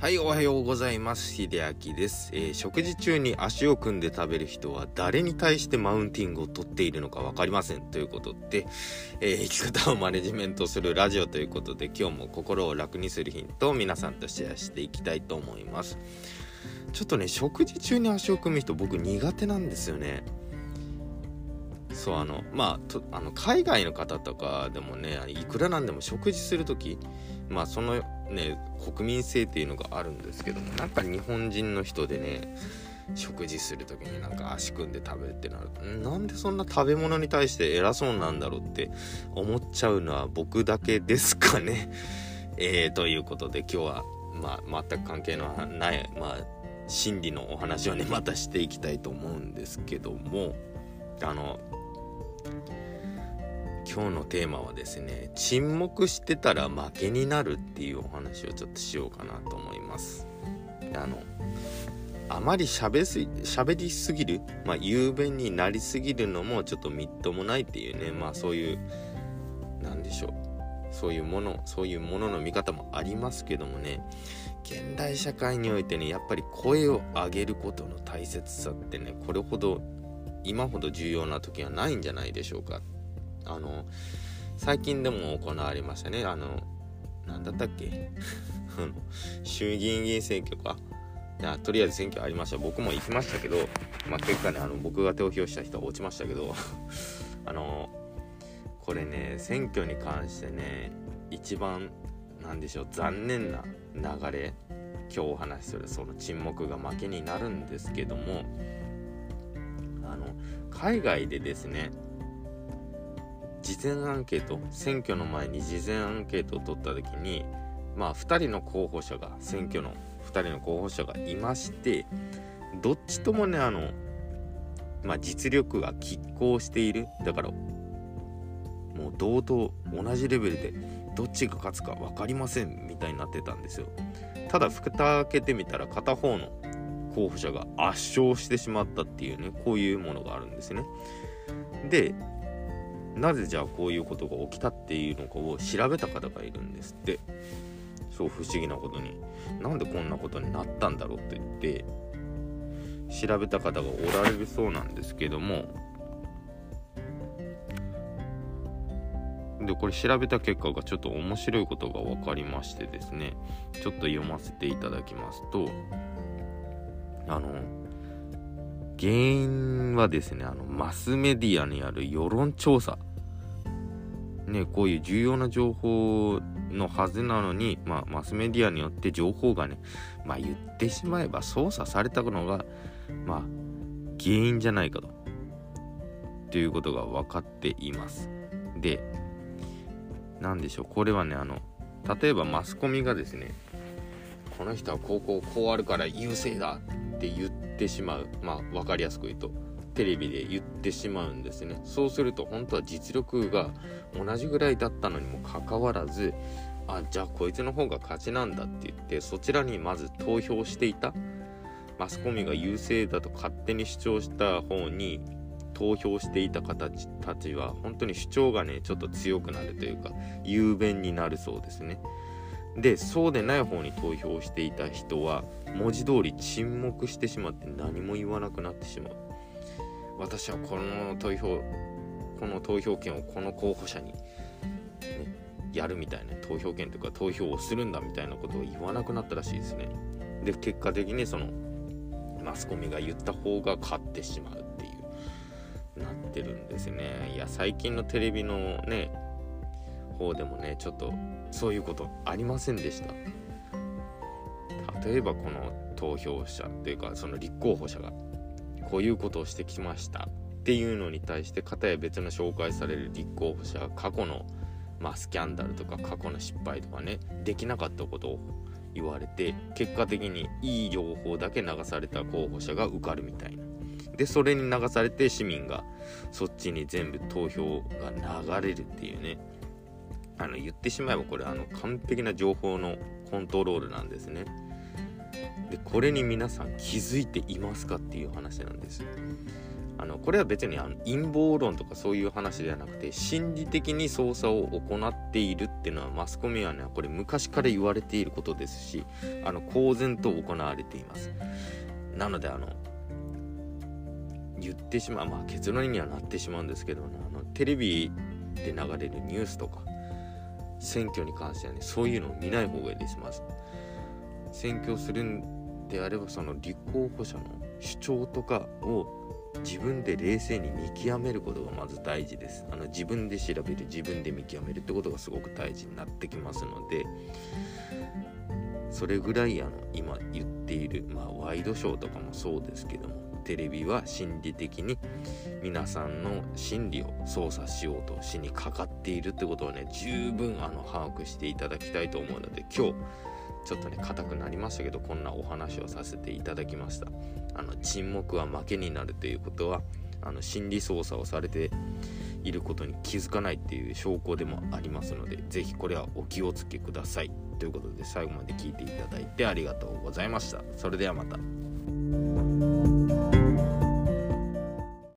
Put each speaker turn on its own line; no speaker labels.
はい、おはようございます。秀明です。食事中に足を組んで食べる人は誰に対してマウンティングを取っているのか分かりませんということで、生き方をマネジメントするラジオということで、今日も心を楽にするヒントを皆さんとシェアしていきたいと思います。ちょっとね、食事中に足を組む人僕苦手なんですよね。そう海外の方とかでもね、いくらなんでも食事するとき、そのね国民性っていうのがあるんですけども、なんか日本人の人でね、食事するときになんか足組んで食べるってなると、なんでそんな食べ物に対して偉そうなんだろうって思っちゃうのは僕だけですかね。ということで今日は全く関係のない心理のお話をねまたしていきたいと思うんですけども、今日のテーマはですね、沈黙してたら負けになるっていうお話をちょっとしようかなと思います。あまり喋りすぎる、雄弁になりすぎるのもちょっとみっともないっていうね、そういうなんでしょう、そういうものの見方もありますけどもね、現代社会においてね、やっぱり声を上げることの大切さってね、これほど今ほど重要な時はないんじゃないでしょうか。最近でも行われましたね、なんだったっけ衆議院議員選挙か、とりあえず選挙ありました。僕も行きましたけど、結果ね、僕が投票した人は落ちましたけどこれね、選挙に関してね、一番残念な流れ、今日お話しするその沈黙が負けになるんですけども、海外でですね、事前アンケート、選挙の前に事前アンケートを取った時に、2人の候補者がいまして、どっちともね実力が拮抗している。だからもう同等同じレベルでどっちが勝つか分かりませんみたいになってたんですよ。ただ蓋開けてみたら片方の候補者が圧勝してしまったっていうね、こういうものがあるんですね。で、なぜじゃあこういうことが起きたっていうのかを調べた方がいるんですって。そう不思議なことに、なんでこんなことになったんだろうって言って調べた方がおられるそうなんですけども、でこれ調べた結果がちょっと面白いことが分かりましてですね、ちょっと読ませていただきますと、原因はですね、マスメディアにある世論調査ね、こういう重要な情報のはずなのに、マスメディアによって情報がね、言ってしまえば操作されたのが原因じゃないかということが分かっています。で、なんでしょう、これはね、例えばマスコミがですね、この人はこうあるから優勢だって言ってしまう。分かりやすく言うとテレビで言ってしまうんですね。そうすると本当は実力が同じぐらいだったのにもかかわらず、じゃあこいつの方が勝ちなんだって言ってそちらにまず投票していた、マスコミが優勢だと勝手に主張した方に投票していた方たちは本当に主張がねちょっと強くなるというか雄弁になるそうですね。で、そうでない方に投票していた人は文字通り沈黙してしまって何も言わなくなってしまう。私はこの投票権をこの候補者に、やるみたいな、投票権というか投票をするんだみたいなことを言わなくなったらしいですね。で、結果的にそのマスコミが言った方が勝ってしまうっていうなってるんですね。いや、最近のテレビのね方でもね、ちょっとそういうことありませんでした。例えばこの投票者っていうかその立候補者がこういうことをしてきましたっていうのに対して、片や別の紹介される立候補者が過去のスキャンダルとか過去の失敗とかね、できなかったことを言われて、結果的にいい情報だけ流された候補者が受かるみたいな。でそれに流されて市民がそっちに全部投票が流れるっていうね、言ってしまえばこれ完璧な情報のコントロールなんですね。でこれに皆さん気づいていますかっていう話なんです。 これは別に陰謀論とかそういう話ではなくて、心理的に捜査を行っているっていうのはマスコミはね、これ昔から言われていることですし、公然と行われています。なので言ってしまう、結論にはなってしまうんですけどね、テレビで流れるニュースとか選挙に関してはね、そういうのを見ない方がいいです。まず選挙するんであれば、その立候補者の主張とかを自分で冷静に見極めることがまず大事です。自分で調べる、自分で見極めるってことがすごく大事になってきますので、それぐらい今言っている、ワイドショーとかもそうですけども、テレビは心理的に皆さんの心理を操作しようとしにかかっているってことをね、十分把握していただきたいと思うので、今日ちょっとね硬くなりましたけど、こんなお話をさせていただきました。沈黙は負けになるということは、心理操作をされていることに気づかないっていう証拠でもありますので、ぜひこれはお気をつけくださいということで、最後まで聞いていただいてありがとうございました。それではまた。